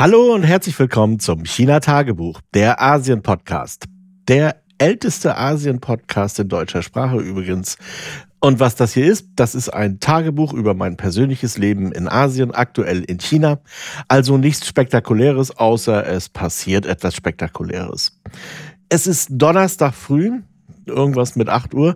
Hallo und herzlich willkommen zum China-Tagebuch, der Asien-Podcast. Der älteste Asien-Podcast in deutscher Sprache übrigens. Und was das hier ist, das ist ein Tagebuch über mein persönliches Leben in Asien, aktuell in China. Also nichts Spektakuläres, außer es passiert etwas Spektakuläres. Es ist Donnerstag früh, irgendwas mit 8 Uhr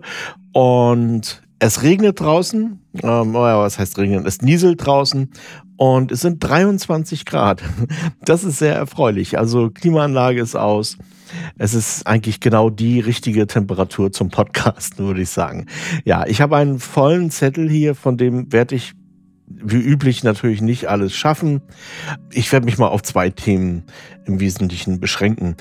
und es regnet draußen. Was heißt regnen? Es nieselt draußen und es sind 23 Grad. Das ist sehr erfreulich. Also Klimaanlage ist aus. Es ist eigentlich genau die richtige Temperatur zum Podcasten, würde ich sagen. Ja, ich habe einen vollen Zettel hier, von dem werde ich wie üblich natürlich nicht alles schaffen. Ich werde mich mal auf 2 Themen im Wesentlichen beschränken.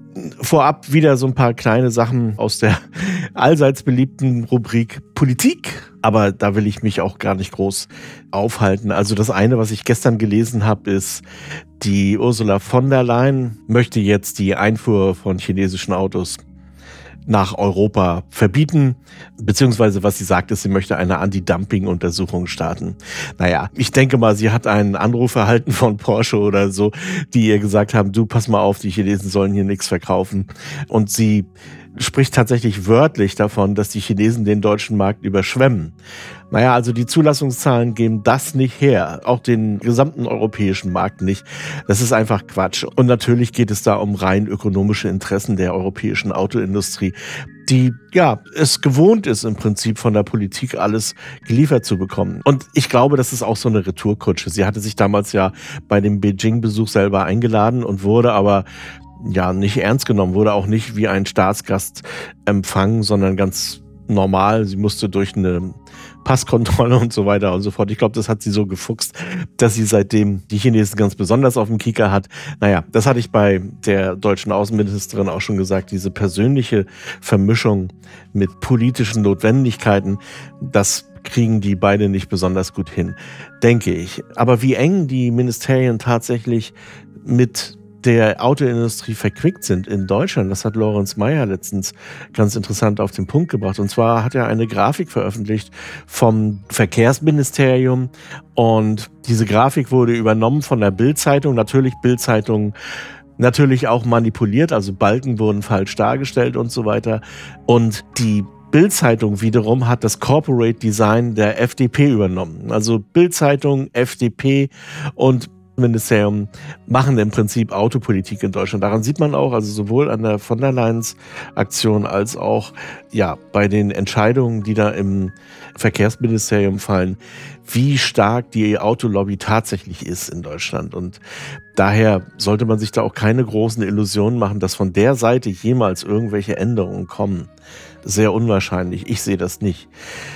Vorab wieder so ein paar kleine Sachen aus der allseits beliebten Rubrik Politik. Aber da will ich mich auch gar nicht groß aufhalten. Also das eine, was ich gestern gelesen habe, ist, die Ursula von der Leyen möchte jetzt die Einfuhr von chinesischen Autos nach Europa verbieten, beziehungsweise was sie sagt, ist, sie möchte eine Anti-Dumping-Untersuchung starten. Naja, ich denke mal, sie hat einen Anruf erhalten von Porsche oder so, die ihr gesagt haben, du, pass mal auf, die Chinesen sollen hier nichts verkaufen. Und sie spricht tatsächlich wörtlich davon, dass die Chinesen den deutschen Markt überschwemmen. Naja, also die Zulassungszahlen geben das nicht her, auch den gesamten europäischen Markt nicht. Das ist einfach Quatsch. Und natürlich geht es da um rein ökonomische Interessen der europäischen Autoindustrie, die ja es gewohnt ist, im Prinzip von der Politik alles geliefert zu bekommen. Und ich glaube, das ist auch so eine Retourkutsche. Sie hatte sich damals ja bei dem Beijing-Besuch selber eingeladen und wurde aber ja nicht ernst genommen, wurde auch nicht wie ein Staatsgast empfangen, sondern ganz normal. Sie musste durch eine Passkontrolle und so weiter und so fort. Ich glaube, das hat sie so gefuchst, dass sie seitdem die Chinesen ganz besonders auf dem Kieker hat. Naja, das hatte ich bei der deutschen Außenministerin auch schon gesagt. Diese persönliche Vermischung mit politischen Notwendigkeiten, das kriegen die beide nicht besonders gut hin, denke ich. Aber wie eng die Ministerien tatsächlich mit der Autoindustrie verquickt sind in Deutschland, das hat Lorenz Meyer letztens ganz interessant auf den Punkt gebracht. Und zwar hat er eine Grafik veröffentlicht vom Verkehrsministerium und diese Grafik wurde übernommen von der Bild-Zeitung. Natürlich Bild-Zeitung natürlich auch manipuliert, also Balken wurden falsch dargestellt und so weiter. Und die Bild-Zeitung wiederum hat das Corporate Design der FDP übernommen. Also Bild-Zeitung, FDP und Ministerium machen im Prinzip Autopolitik in Deutschland. Daran sieht man auch, also sowohl an der von der Leyen's Aktion als auch ja bei den Entscheidungen, die da im Verkehrsministerium fallen, wie stark die Autolobby tatsächlich ist in Deutschland. Und daher sollte man sich da auch keine großen Illusionen machen, dass von der Seite jemals irgendwelche Änderungen kommen. Sehr unwahrscheinlich. Ich sehe das nicht.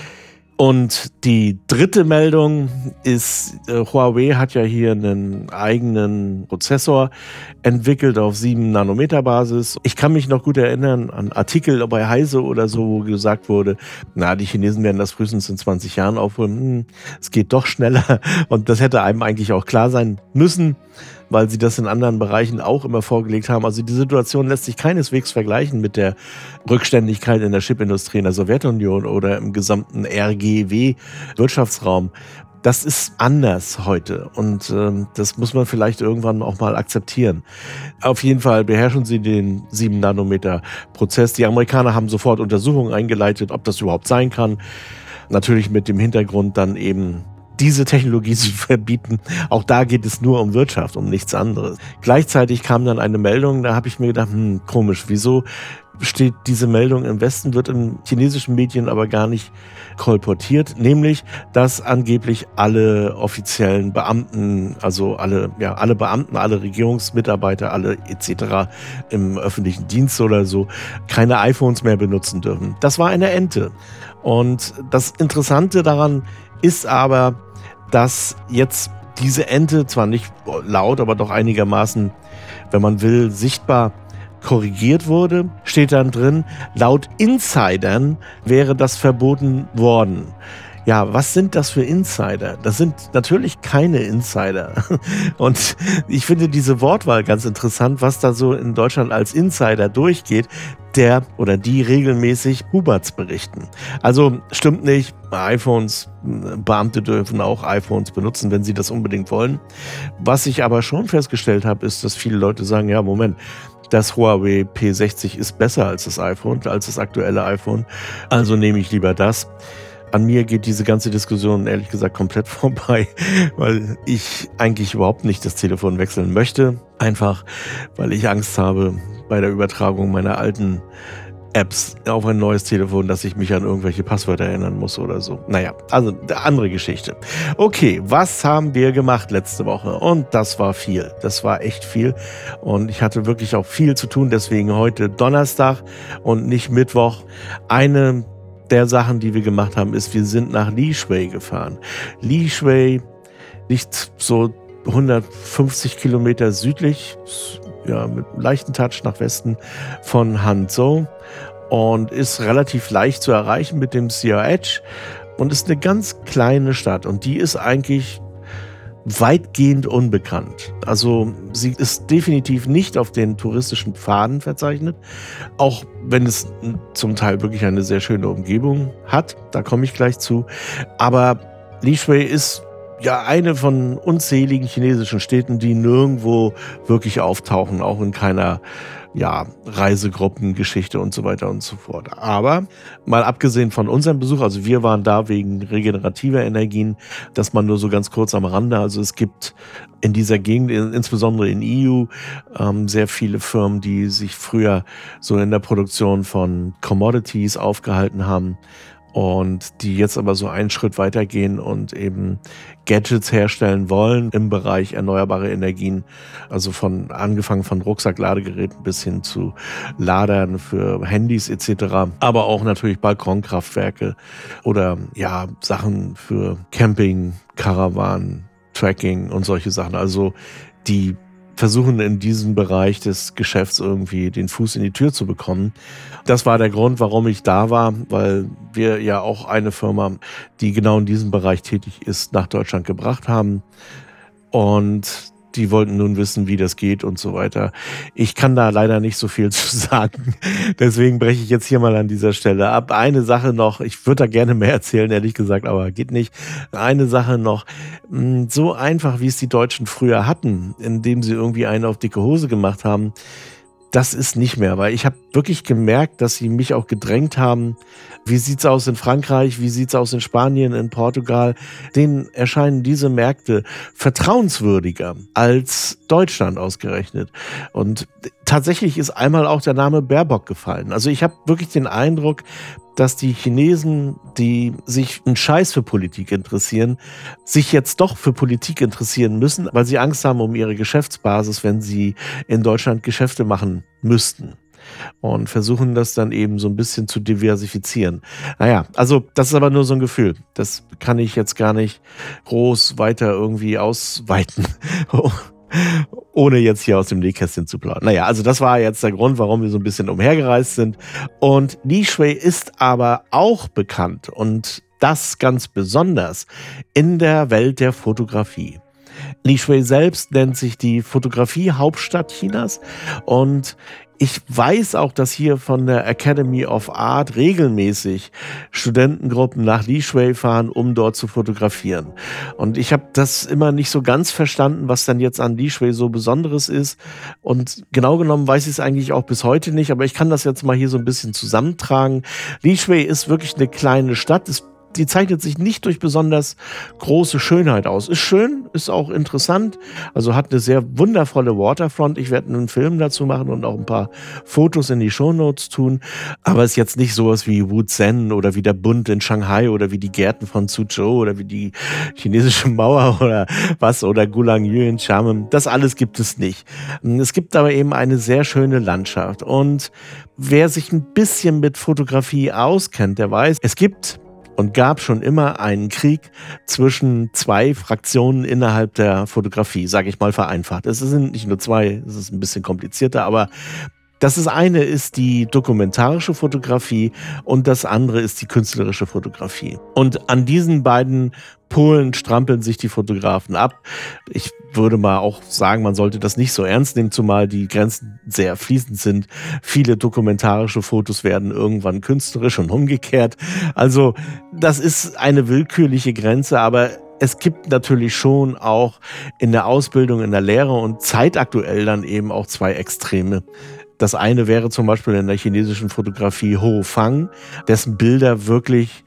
Und die dritte Meldung ist, Huawei hat ja hier einen eigenen Prozessor entwickelt auf 7-Nanometer-Basis. Ich kann mich noch gut erinnern an Artikel bei Heise oder so, wo gesagt wurde, na, die Chinesen werden das frühestens in 20 Jahren aufholen. Es geht doch schneller. Und das hätte einem eigentlich auch klar sein müssen, weil sie das in anderen Bereichen auch immer vorgelegt haben. Also die Situation lässt sich keineswegs vergleichen mit der Rückständigkeit in der Chipindustrie in der Sowjetunion oder im gesamten RGW-Wirtschaftsraum. Das ist anders heute und das muss man vielleicht irgendwann auch mal akzeptieren. Auf jeden Fall beherrschen sie den 7-Nanometer-Prozess. Die Amerikaner haben sofort Untersuchungen eingeleitet, ob das überhaupt sein kann. Natürlich mit dem Hintergrund dann eben diese Technologie zu verbieten. Auch da geht es nur um Wirtschaft, um nichts anderes. Gleichzeitig kam dann eine Meldung, da habe ich mir gedacht, komisch, wieso steht diese Meldung im Westen, wird in chinesischen Medien aber gar nicht kolportiert, nämlich, dass angeblich alle offiziellen Beamten, also alle Beamten, alle Regierungsmitarbeiter, alle etc. im öffentlichen Dienst oder so, keine iPhones mehr benutzen dürfen. Das war eine Ente. Und das Interessante daran ist aber, dass jetzt diese Ente zwar nicht laut, aber doch einigermaßen, wenn man will, sichtbar korrigiert wurde, steht dann drin, laut Insidern wäre das verboten worden. Ja, was sind das für Insider? Das sind natürlich keine Insider. Und ich finde diese Wortwahl ganz interessant, was da so in Deutschland als Insider durchgeht. der oder die regelmäßig Huberts berichten. Also stimmt nicht, iPhones, Beamte dürfen auch iPhones benutzen, wenn sie das unbedingt wollen. Was ich aber schon festgestellt habe, ist, dass viele Leute sagen, ja, Moment, das Huawei P60 ist besser als das iPhone, als das aktuelle iPhone, also nehme ich lieber das. An mir geht diese ganze Diskussion ehrlich gesagt komplett vorbei, weil ich eigentlich überhaupt nicht das Telefon wechseln möchte. Einfach, weil ich Angst habe bei der Übertragung meiner alten Apps auf ein neues Telefon, dass ich mich an irgendwelche Passwörter erinnern muss oder so. Naja, also eine andere Geschichte. Okay, was haben wir gemacht letzte Woche? Und das war viel. Das war echt viel. Und ich hatte wirklich auch viel zu tun, deswegen heute Donnerstag und nicht Mittwoch. Eine der Sachen, die wir gemacht haben, ist, wir sind nach Lishui gefahren. Lishui liegt so 150 Kilometer südlich, ja, mit einem leichten Touch nach Westen von Hangzhou und ist relativ leicht zu erreichen mit dem Sea Edge und ist eine ganz kleine Stadt und die ist eigentlich weitgehend unbekannt. Also sie ist definitiv nicht auf den touristischen Pfaden verzeichnet, auch wenn es zum Teil wirklich eine sehr schöne Umgebung hat, da komme ich gleich zu. Aber Lishui ist ja eine von unzähligen chinesischen Städten, die nirgendwo wirklich auftauchen, auch in keiner Reisegruppengeschichte und so weiter und so fort. Aber mal abgesehen von unserem Besuch, also wir waren da wegen regenerativer Energien, das mal nur so ganz kurz am Rande. Also es gibt in dieser Gegend, insbesondere in EU, sehr viele Firmen, die sich früher so in der Produktion von Commodities aufgehalten haben und die jetzt aber so einen Schritt weitergehen und eben Gadgets herstellen wollen im Bereich erneuerbare Energien, also angefangen von Rucksack-Ladegeräten bis hin zu Ladern für Handys etc., aber auch natürlich Balkonkraftwerke oder ja Sachen für Camping, Karawan, Trekking und solche Sachen. Also die versuchen in diesem Bereich des Geschäfts irgendwie den Fuß in die Tür zu bekommen. Das war der Grund, warum ich da war, weil wir ja auch eine Firma, die genau in diesem Bereich tätig ist, nach Deutschland gebracht haben. Und die wollten nun wissen, wie das geht und so weiter. Ich kann da leider nicht so viel zu sagen. Deswegen breche ich jetzt hier mal an dieser Stelle ab. Eine Sache noch, ich würde da gerne mehr erzählen, ehrlich gesagt, aber geht nicht. Eine Sache noch, so einfach, wie es die Deutschen früher hatten, indem sie irgendwie einen auf dicke Hose gemacht haben, das ist nicht mehr, weil ich habe wirklich gemerkt, dass sie mich auch gedrängt haben. Wie sieht's aus in Frankreich? Wie sieht's aus in Spanien, in Portugal? Denen erscheinen diese Märkte vertrauenswürdiger als Deutschland ausgerechnet. Und tatsächlich ist einmal auch der Name Baerbock gefallen. Also ich habe wirklich den Eindruck, dass die Chinesen, die sich einen Scheiß für Politik interessieren, sich jetzt doch für Politik interessieren müssen, weil sie Angst haben um ihre Geschäftsbasis, wenn sie in Deutschland Geschäfte machen müssten. Und versuchen das dann eben so ein bisschen zu diversifizieren. Naja, also das ist aber nur so ein Gefühl. Das kann ich jetzt gar nicht groß weiter irgendwie ausweiten. Ohne jetzt hier aus dem Nähkästchen zu plaudern. Naja, also das war jetzt der Grund, warum wir so ein bisschen umhergereist sind. Und Lishui ist aber auch bekannt und das ganz besonders in der Welt der Fotografie. Lishui selbst nennt sich die Fotografie-Hauptstadt Chinas und ich weiß auch, dass hier von der Academy of Art regelmäßig Studentengruppen nach Lishui fahren, um dort zu fotografieren. Und ich habe das immer nicht so ganz verstanden, was dann jetzt an Lishui so Besonderes ist. Und genau genommen weiß ich es eigentlich auch bis heute nicht, aber ich kann das jetzt mal hier so ein bisschen zusammentragen. Lishui ist wirklich eine kleine Stadt, die zeichnet sich nicht durch besonders große Schönheit aus. Ist schön, ist auch interessant, also hat eine sehr wundervolle Waterfront. Ich werde einen Film dazu machen und auch ein paar Fotos in die Shownotes tun. Aber ist jetzt nicht sowas wie Wuzhen oder wie der Bund in Shanghai oder wie die Gärten von Suzhou oder wie die chinesische Mauer oder was oder Gulanyu in Xiamen. Das alles gibt es nicht. Es gibt aber eben eine sehr schöne Landschaft. Und wer sich ein bisschen mit Fotografie auskennt, der weiß, es gibt und gab schon immer einen Krieg zwischen zwei Fraktionen innerhalb der Fotografie, sage ich mal vereinfacht. Es sind nicht nur zwei, es ist ein bisschen komplizierter, aber Das eine ist die dokumentarische Fotografie und das andere ist die künstlerische Fotografie. Und an diesen beiden Polen strampeln sich die Fotografen ab. Ich würde mal auch sagen, man sollte das nicht so ernst nehmen, zumal die Grenzen sehr fließend sind. Viele dokumentarische Fotos werden irgendwann künstlerisch und umgekehrt. Also das ist eine willkürliche Grenze, aber es gibt natürlich schon auch in der Ausbildung, in der Lehre und zeitaktuell dann eben auch zwei Extreme. Das eine wäre zum Beispiel in der chinesischen Fotografie Ho Fang, dessen Bilder wirklich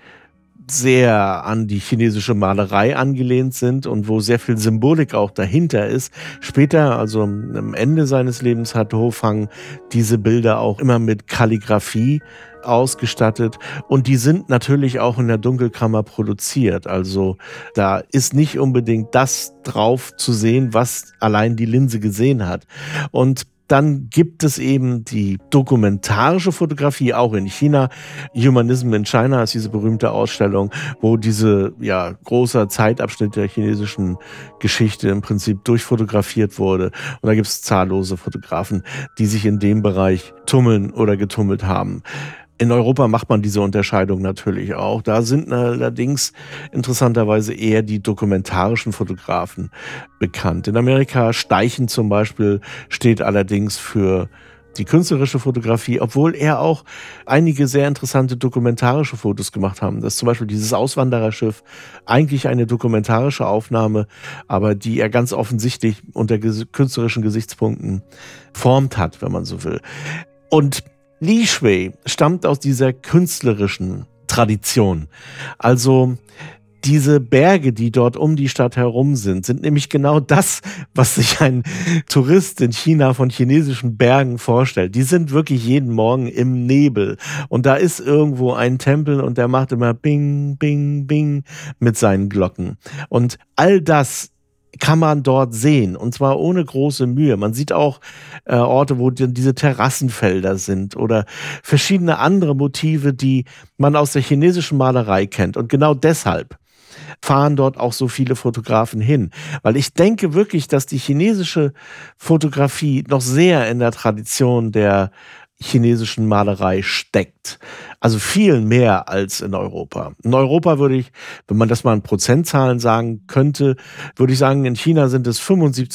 sehr an die chinesische Malerei angelehnt sind und wo sehr viel Symbolik auch dahinter ist. Später, also am Ende seines Lebens, hat Ho Fang diese Bilder auch immer mit Kalligraphie ausgestattet und die sind natürlich auch in der Dunkelkammer produziert. Also da ist nicht unbedingt das drauf zu sehen, was allein die Linse gesehen hat. Und dann gibt es eben die dokumentarische Fotografie, auch in China. Humanism in China ist diese berühmte Ausstellung, wo diese großer Zeitabschnitt der chinesischen Geschichte im Prinzip durchfotografiert wurde. Und da gibt es zahllose Fotografen, die sich in dem Bereich tummeln oder getummelt haben. In Europa macht man diese Unterscheidung natürlich auch. Da sind allerdings interessanterweise eher die dokumentarischen Fotografen bekannt. In Amerika Steichen zum Beispiel steht allerdings für die künstlerische Fotografie, obwohl er auch einige sehr interessante dokumentarische Fotos gemacht haben. Das ist zum Beispiel dieses Auswandererschiff, eigentlich eine dokumentarische Aufnahme, aber die er ganz offensichtlich unter künstlerischen Gesichtspunkten formt hat, wenn man so will. Und Li Shui stammt aus dieser künstlerischen Tradition. Also diese Berge, die dort um die Stadt herum sind nämlich genau das, was sich ein Tourist in China von chinesischen Bergen vorstellt. Die sind wirklich jeden Morgen im Nebel. Und da ist irgendwo ein Tempel und der macht immer Bing, Bing, Bing mit seinen Glocken. Und all das kann man dort sehen und zwar ohne große Mühe. Man sieht auch Orte, wo diese Terrassenfelder sind oder verschiedene andere Motive, die man aus der chinesischen Malerei kennt. Und genau deshalb fahren dort auch so viele Fotografen hin. Weil ich denke wirklich, dass die chinesische Fotografie noch sehr in der Tradition der chinesischen Malerei steckt. Also viel mehr als in Europa. In Europa würde ich, wenn man das mal in Prozentzahlen sagen könnte, würde ich sagen, in China sind es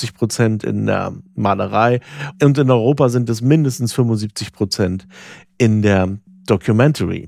75% in der Malerei und in Europa sind es mindestens 75% in der Documentary.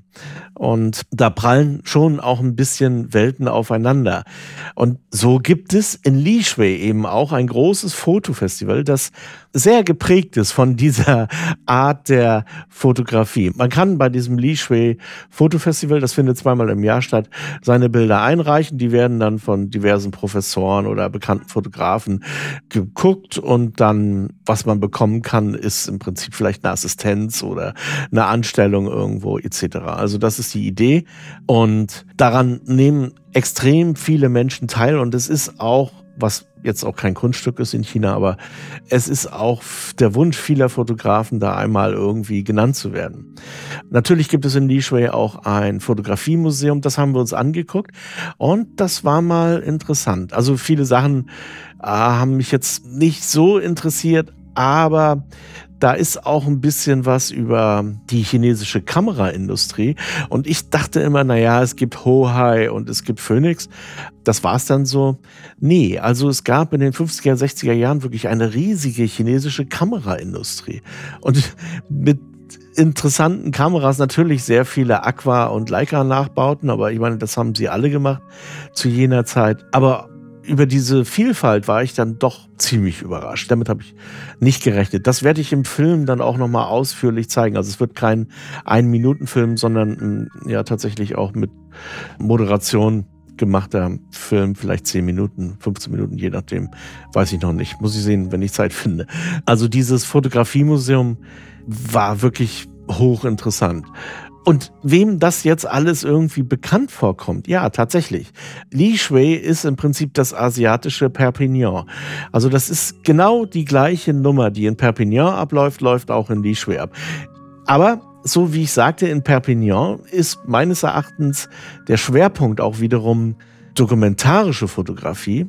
Und da prallen schon auch ein bisschen Welten aufeinander. Und so gibt es in Li Shui eben auch ein großes Fotofestival, das sehr geprägt ist von dieser Art der Fotografie. Man kann bei diesem Li Shui Fotofestival, das findet zweimal im Jahr statt, seine Bilder einreichen. Die werden dann von diversen Professoren oder bekannten Fotografen geguckt und dann, was man bekommen kann, ist im Prinzip vielleicht eine Assistenz oder eine Anstellung irgendwo etc. Also das ist die Idee und daran nehmen extrem viele Menschen teil und es ist auch, was jetzt auch kein Kunststück ist in China, aber es ist auch der Wunsch vieler Fotografen, da einmal irgendwie genannt zu werden. Natürlich gibt es in Li Shui auch ein Fotografiemuseum, das haben wir uns angeguckt und das war mal interessant. Also viele Sachen haben mich jetzt nicht so interessiert, aber da ist auch ein bisschen was über die chinesische Kameraindustrie. Und ich dachte immer, naja, es gibt Hohai und es gibt Phoenix. Das war es dann so. Nee, also es gab in den 50er, 60er Jahren wirklich eine riesige chinesische Kameraindustrie. Und mit interessanten Kameras, natürlich sehr viele Aqua- und Leica-Nachbauten, aber ich meine, das haben sie alle gemacht zu jener Zeit. Aber über diese Vielfalt war ich dann doch ziemlich überrascht. Damit habe ich nicht gerechnet. Das werde ich im Film dann auch nochmal ausführlich zeigen. Also es wird kein 1-Minuten-Film, sondern ja tatsächlich auch mit Moderation gemachter Film, vielleicht 10 Minuten, 15 Minuten, je nachdem, weiß ich noch nicht. Muss ich sehen, wenn ich Zeit finde. Also dieses Fotografiemuseum war wirklich hochinteressant. Und wem das jetzt alles irgendwie bekannt vorkommt, ja, tatsächlich. Li Shui ist im Prinzip das asiatische Perpignan. Also das ist genau die gleiche Nummer, die in Perpignan abläuft, läuft auch in Li Shui ab. Aber so wie ich sagte, in Perpignan ist meines Erachtens der Schwerpunkt auch wiederum dokumentarische Fotografie.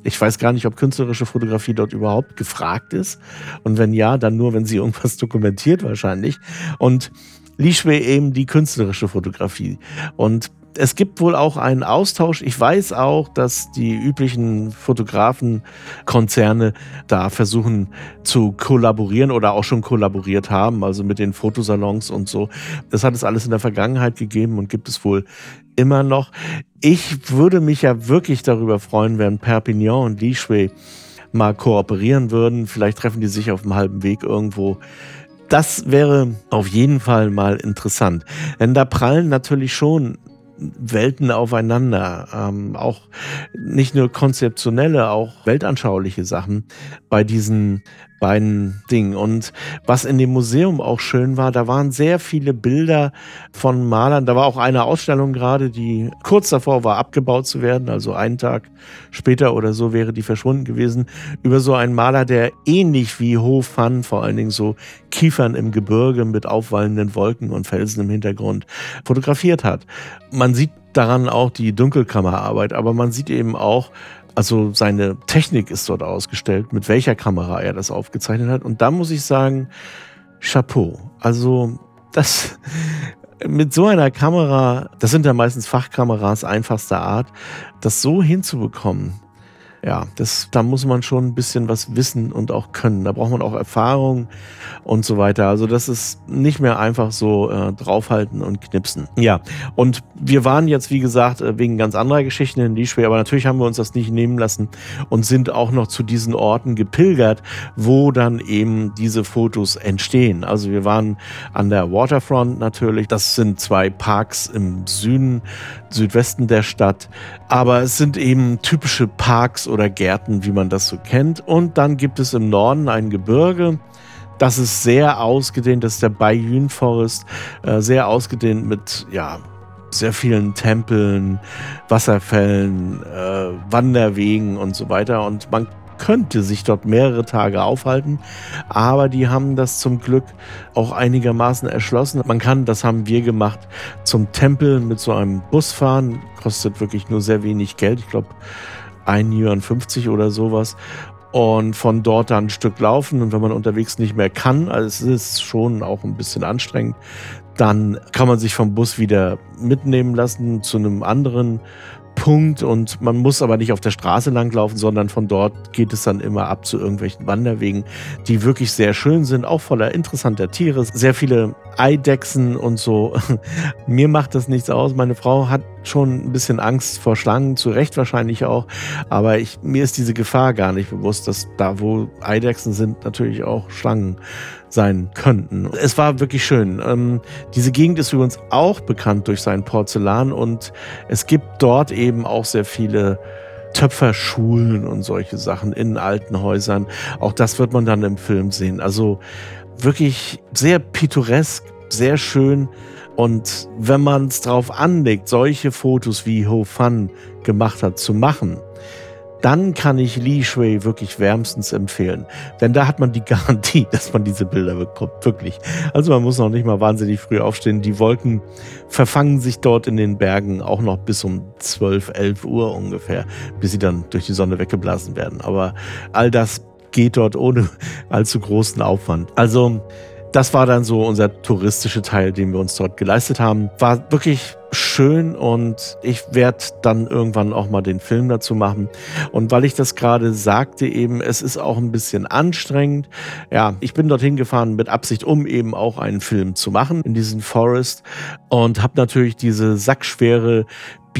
Ich weiß gar nicht, ob künstlerische Fotografie dort überhaupt gefragt ist. Und wenn ja, dann nur, wenn sie irgendwas dokumentiert wahrscheinlich. Und Li Shui eben die künstlerische Fotografie. Und es gibt wohl auch einen Austausch. Ich weiß auch, dass die üblichen Fotografenkonzerne da versuchen zu kollaborieren oder auch schon kollaboriert haben, also mit den Fotosalons und so. Das hat es alles in der Vergangenheit gegeben und gibt es wohl immer noch. Ich würde mich ja wirklich darüber freuen, wenn Perpignan und Li Shui mal kooperieren würden. Vielleicht treffen die sich auf dem halben Weg irgendwo. Das wäre auf jeden Fall mal interessant. Denn da prallen natürlich schon Welten aufeinander, auch nicht nur konzeptionelle, auch weltanschauliche Sachen bei diesen beiden Dingen. Und was in dem Museum auch schön war, da waren sehr viele Bilder von Malern. Da war auch eine Ausstellung gerade, die kurz davor war, abgebaut zu werden, also einen Tag später oder so wäre die verschwunden gewesen, über so einen Maler, der ähnlich wie Ho Fan, vor allen Dingen so Kiefern im Gebirge mit aufwallenden Wolken und Felsen im Hintergrund fotografiert hat. Man sieht daran auch die Dunkelkammerarbeit, aber man sieht eben auch, also seine Technik ist dort ausgestellt, mit welcher Kamera er das aufgezeichnet hat. Und da muss ich sagen, Chapeau. Also das mit so einer Kamera, das sind ja meistens Fachkameras einfachster Art, das so hinzubekommen. Ja, da muss man schon ein bisschen was wissen und auch können. Da braucht man auch Erfahrung und so weiter. Also das ist nicht mehr einfach so draufhalten und knipsen. Ja, und wir waren jetzt, wie gesagt, wegen ganz anderer Geschichten in Li Shui, aber natürlich haben wir uns das nicht nehmen lassen und sind auch noch zu diesen Orten gepilgert, wo dann eben diese Fotos entstehen. Also wir waren an der Waterfront natürlich. Das sind 2 Parks im Süden, Südwesten der Stadt. Aber es sind eben typische Parks oder Gärten, wie man das so kennt. Und dann gibt es im Norden ein Gebirge. Das ist sehr ausgedehnt, das ist der Baiyun Forest, sehr ausgedehnt mit, ja, sehr vielen Tempeln, Wasserfällen, Wanderwegen und so weiter. Und man könnte sich dort mehrere Tage aufhalten, aber die haben das zum Glück auch einigermaßen erschlossen. Man kann, das haben wir gemacht, zum Tempel mit so einem Bus fahren, kostet wirklich nur sehr wenig Geld, ich glaube 1,50 € oder sowas. Und von dort dann ein Stück laufen. Und wenn man unterwegs nicht mehr kann, also es ist schon auch ein bisschen anstrengend, dann kann man sich vom Bus wieder mitnehmen lassen zu einem anderen Punkt. Und man muss aber nicht auf der Straße langlaufen, sondern von dort geht es dann immer ab zu irgendwelchen Wanderwegen, die wirklich sehr schön sind, auch voller interessanter Tiere. Sehr viele Eidechsen und so. Mir macht das nichts aus. Meine Frau hat schon ein bisschen Angst vor Schlangen, zu Recht wahrscheinlich auch. Aber mir ist diese Gefahr gar nicht bewusst, dass da, wo Eidechsen sind, natürlich auch Schlangen sein könnten. Es war wirklich schön. Diese Gegend ist übrigens auch bekannt durch sein Porzellan und es gibt dort eben auch sehr viele Töpferschulen und solche Sachen in alten Häusern. Auch das wird man dann im Film sehen. Also wirklich sehr pittoresk, sehr schön. Und wenn man es drauf anlegt, solche Fotos wie Ho Fan gemacht hat, zu machen, dann kann ich Li Shui wirklich wärmstens empfehlen. Denn da hat man die Garantie, dass man diese Bilder bekommt. Wirklich. Also man muss noch nicht mal wahnsinnig früh aufstehen. Die Wolken verfangen sich dort in den Bergen auch noch bis um 12, 11 Uhr ungefähr, bis sie dann durch die Sonne weggeblasen werden. Aber all das geht dort ohne allzu großen Aufwand. Also das war dann so unser touristischer Teil, den wir uns dort geleistet haben. War wirklich schön und ich werde dann irgendwann auch mal den Film dazu machen. Und weil ich das gerade sagte eben, es ist auch ein bisschen anstrengend. Ja, ich bin dorthin gefahren mit Absicht, um eben auch einen Film zu machen in diesem Forest und habe natürlich diese sackschwere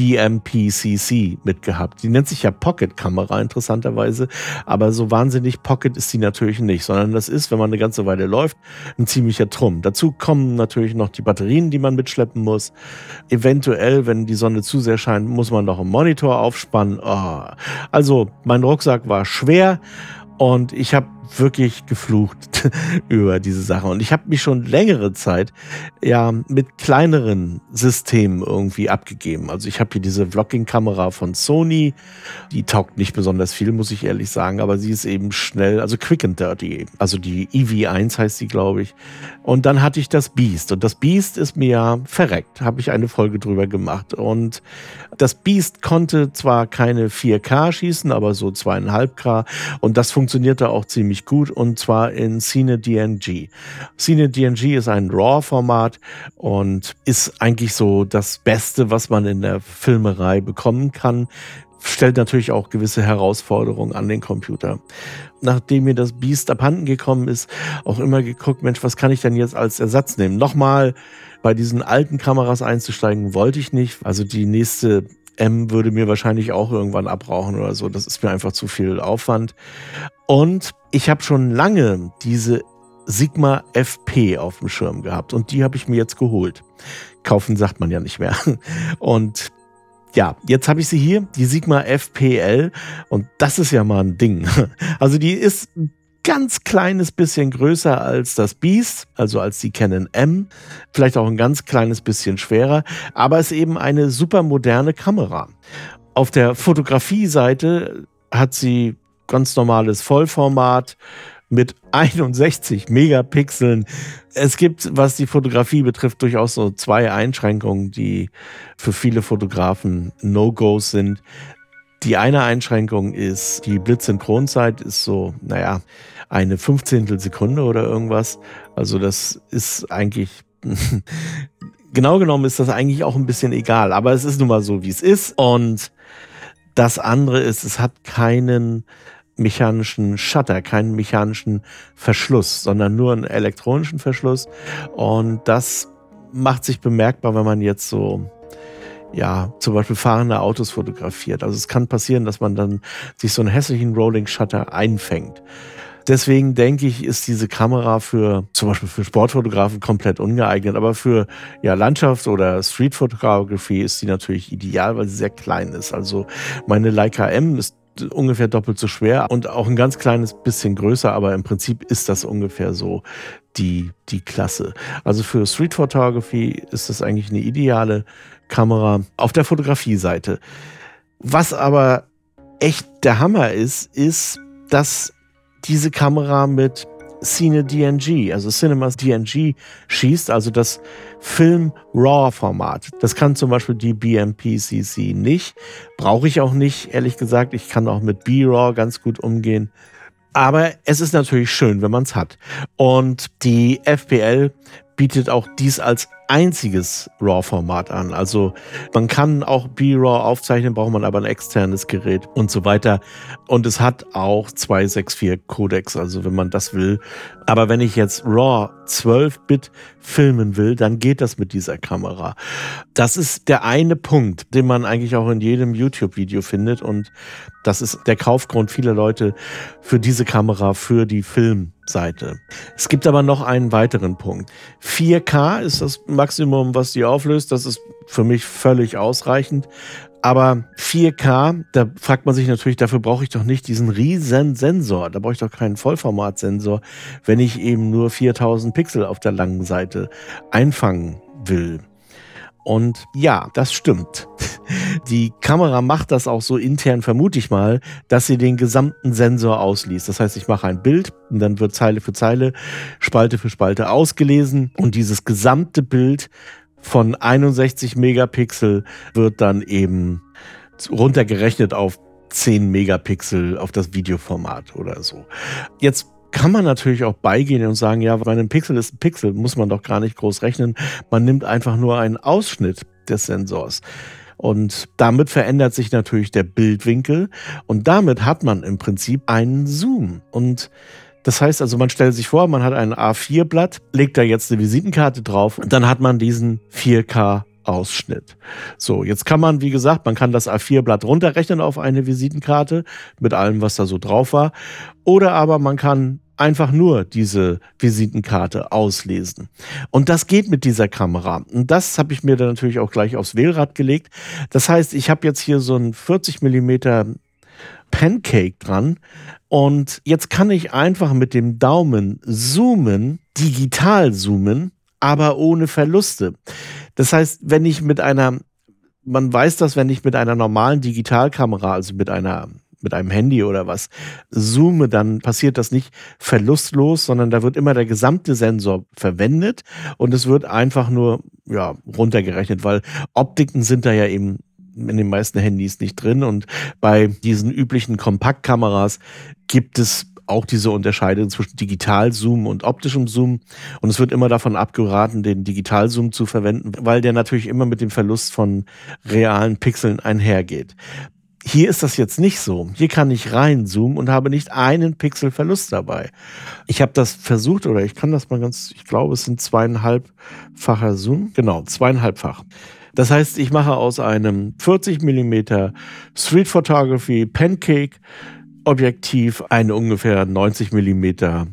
BMPCC mitgehabt. Die nennt sich ja Pocket-Kamera interessanterweise, aber so wahnsinnig Pocket ist sie natürlich nicht, sondern das ist, wenn man eine ganze Weile läuft, ein ziemlicher Trumm. Dazu kommen natürlich noch die Batterien, die man mitschleppen muss. Eventuell, wenn die Sonne zu sehr scheint, muss man noch einen Monitor aufspannen. Oh. Also mein Rucksack war schwer. Und ich habe wirklich geflucht über diese Sache. Und ich habe mich schon längere Zeit ja mit kleineren Systemen irgendwie abgegeben. Also ich habe hier diese Vlogging-Kamera von Sony. Die taugt nicht besonders viel, muss ich ehrlich sagen, aber sie ist eben schnell, also quick and dirty. Also die EV1 heißt sie, glaube ich. Und dann hatte ich das Beast. Und das Beast ist mir ja verreckt. Habe ich eine Folge drüber gemacht. Und das Beast konnte zwar keine 4K schießen, aber so 2,5K. Und das funktionierte auch ziemlich gut. Und zwar in Cine-DNG. Cine-DNG ist ein RAW-Format und ist eigentlich so das Beste, was man in der Filmerei bekommen kann. Stellt natürlich auch gewisse Herausforderungen an den Computer. Nachdem mir das Beast abhanden gekommen ist, auch immer geguckt, Mensch, was kann ich denn jetzt als Ersatz nehmen? Nochmal bei diesen alten Kameras einzusteigen, wollte ich nicht. Also die nächste M würde mir wahrscheinlich auch irgendwann abrauchen oder so. Das ist mir einfach zu viel Aufwand. Und ich habe schon lange diese Sigma FP auf dem Schirm gehabt und die habe ich mir jetzt geholt. Kaufen sagt man ja nicht mehr. Und ja, jetzt habe ich sie hier, die Sigma FPL, und das ist ja mal ein Ding. Also die ist ein ganz kleines bisschen größer als das Beast, also als die Canon M, vielleicht auch ein ganz kleines bisschen schwerer, aber ist eben eine super moderne Kamera. Auf der Fotografie-Seite hat sie ganz normales Vollformat mit 61 Megapixeln. Es gibt, was die Fotografie betrifft, durchaus so 2 Einschränkungen, die für viele Fotografen No-Gos sind. Die eine Einschränkung ist, die Blitzsynchronzeit ist so, eine 15. Sekunde oder irgendwas. Also das ist eigentlich, genau genommen ist das eigentlich auch ein bisschen egal. Aber es ist nun mal so, wie es ist. Und das andere ist, es hat keinen mechanischen Shutter, keinen mechanischen Verschluss, sondern nur einen elektronischen Verschluss. Und das macht sich bemerkbar, wenn man jetzt so, ja, zum Beispiel fahrende Autos fotografiert. Also es kann passieren, dass man dann sich so einen hässlichen Rolling Shutter einfängt. Deswegen denke ich, ist diese Kamera zum Beispiel für Sportfotografen komplett ungeeignet. Aber für Landschafts- oder Street-Photography ist sie natürlich ideal, weil sie sehr klein ist. Also meine Leica M ist ungefähr doppelt so schwer und auch ein ganz kleines bisschen größer, aber im Prinzip ist das ungefähr so die Klasse. Also für Street Photography ist das eigentlich eine ideale Kamera auf der Fotografie-Seite. Was aber echt der Hammer ist, dass diese Kamera mit Cine-DNG, also Cinemas DNG schießt, also das Film-RAW-Format. Das kann zum Beispiel die BMP-CC nicht. Brauche ich auch nicht, ehrlich gesagt. Ich kann auch mit B-RAW ganz gut umgehen. Aber es ist natürlich schön, wenn man es hat. Und die FPL bietet auch dies als einziges RAW-Format an. Also man kann auch B-RAW aufzeichnen, braucht man aber ein externes Gerät und so weiter. Und es hat auch 264 Codecs, also wenn man das will. Aber wenn ich jetzt RAW 12-Bit filmen will, dann geht das mit dieser Kamera. Das ist der eine Punkt, den man eigentlich auch in jedem YouTube-Video findet. Und das ist der Kaufgrund vieler Leute für diese Kamera, für die Filmseite. Es gibt aber noch einen weiteren Punkt. 4K ist das Maximum, was die auflöst. Das ist für mich völlig ausreichend. Aber 4K, da fragt man sich natürlich, dafür brauche ich doch nicht diesen riesen Sensor. Da brauche ich doch keinen Vollformatsensor, wenn ich eben nur 4000 Pixel auf der langen Seite einfangen will. Und ja, das stimmt. Die Kamera macht das auch so intern, vermute ich mal, dass sie den gesamten Sensor ausliest. Das heißt, ich mache ein Bild und dann wird Zeile für Zeile, Spalte für Spalte ausgelesen und dieses gesamte Bild von 61 Megapixel wird dann eben runtergerechnet auf 10 Megapixel auf das Videoformat oder so. Jetzt kann man natürlich auch beigehen und sagen, ja, weil ein Pixel ist ein Pixel, muss man doch gar nicht groß rechnen. Man nimmt einfach nur einen Ausschnitt des Sensors. Und damit verändert sich natürlich der Bildwinkel und damit hat man im Prinzip einen Zoom. Und das heißt also, man stellt sich vor, man hat ein A4-Blatt, legt da jetzt eine Visitenkarte drauf und dann hat man diesen 4K-Ausschnitt. So, jetzt kann man, wie gesagt, man kann das A4-Blatt runterrechnen auf eine Visitenkarte mit allem, was da so drauf war. Oder aber man kann einfach nur diese Visitenkarte auslesen. Und das geht mit dieser Kamera. Und das habe ich mir dann natürlich auch gleich aufs Wählrad gelegt. Das heißt, ich habe jetzt hier so einen 40 mm Pancake dran. Und jetzt kann ich einfach mit dem Daumen zoomen, digital zoomen, aber ohne Verluste. Das heißt, wenn ich man weiß das, wenn ich mit einer normalen Digitalkamera, also mit einem Handy oder was, zoome, dann passiert das nicht verlustlos, sondern da wird immer der gesamte Sensor verwendet und es wird einfach nur runtergerechnet, weil Optiken sind da ja eben in den meisten Handys nicht drin und bei diesen üblichen Kompaktkameras gibt es auch diese Unterscheidung zwischen Digitalzoom und optischem Zoom. Und es wird immer davon abgeraten, den Digitalzoom zu verwenden, weil der natürlich immer mit dem Verlust von realen Pixeln einhergeht. Hier ist das jetzt nicht so. Hier kann ich reinzoomen und habe nicht einen Pixel Verlust dabei. Ich habe das versucht, oder ich kann das mal ich glaube, es sind 2,5-facher Zoom. Genau, 2,5-fach. Das heißt, ich mache aus einem 40 mm Street Photography Pancake Objektiv ein ungefähr 90 mm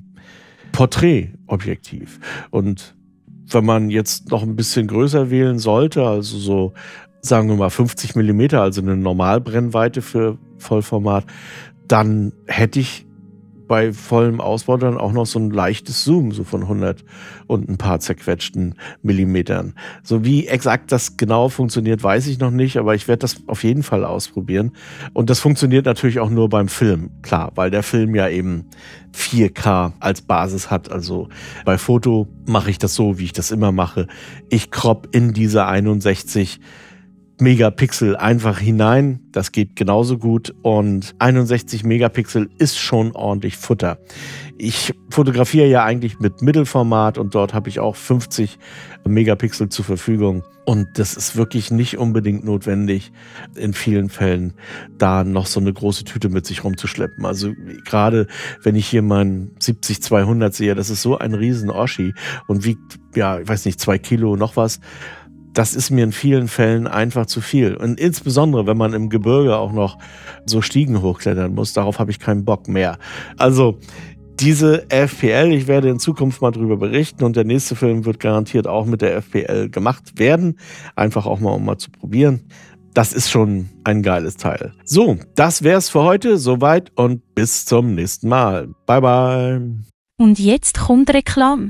Porträtobjektiv. Und wenn man jetzt noch ein bisschen größer wählen sollte, also so, sagen wir mal 50 mm, also eine Normalbrennweite für Vollformat, dann hätte ich bei vollem Ausbau dann auch noch so ein leichtes Zoom, so von 100 und ein paar zerquetschten Millimetern. So wie exakt das genau funktioniert, weiß ich noch nicht, aber ich werde das auf jeden Fall ausprobieren. Und das funktioniert natürlich auch nur beim Film, klar, weil der Film ja eben 4K als Basis hat. Also bei Foto mache ich das so, wie ich das immer mache. Ich crop in diese 61 Megapixel einfach hinein, das geht genauso gut und 61 Megapixel ist schon ordentlich Futter. Ich fotografiere ja eigentlich mit Mittelformat und dort habe ich auch 50 Megapixel zur Verfügung und das ist wirklich nicht unbedingt notwendig, in vielen Fällen da noch so eine große Tüte mit sich rumzuschleppen. Also gerade wenn ich hier meinen 70-200 sehe, das ist so ein riesen Oschi und wiegt, ich weiß nicht, 2 Kilo noch was. Das ist mir in vielen Fällen einfach zu viel. Und insbesondere, wenn man im Gebirge auch noch so Stiegen hochklettern muss, darauf habe ich keinen Bock mehr. Also diese FPL, ich werde in Zukunft mal drüber berichten und der nächste Film wird garantiert auch mit der FPL gemacht werden. Einfach auch mal, um mal zu probieren. Das ist schon ein geiles Teil. So, das wär's für heute. Soweit und bis zum nächsten Mal. Bye, bye. Und jetzt kommt Reklam.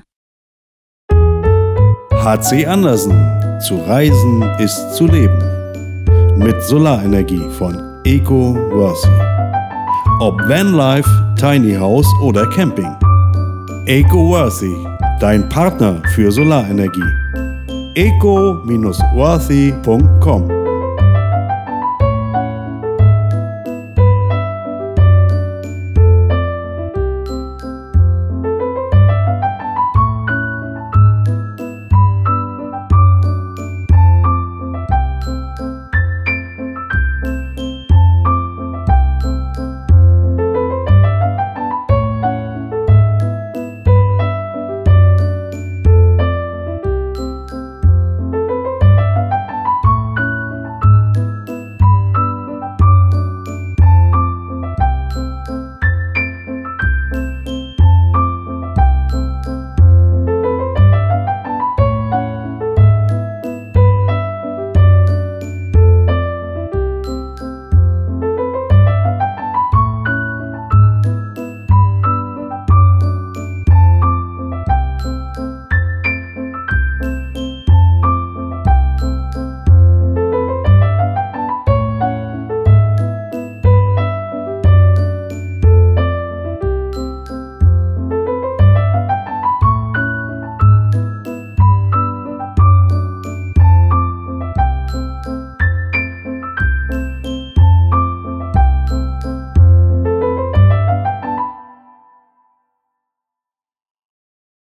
HC Andersen. Zu reisen ist zu leben. Mit Solarenergie von EcoWorthy. Ob Vanlife, Tiny House oder Camping. EcoWorthy, dein Partner für Solarenergie. eco-worthy.com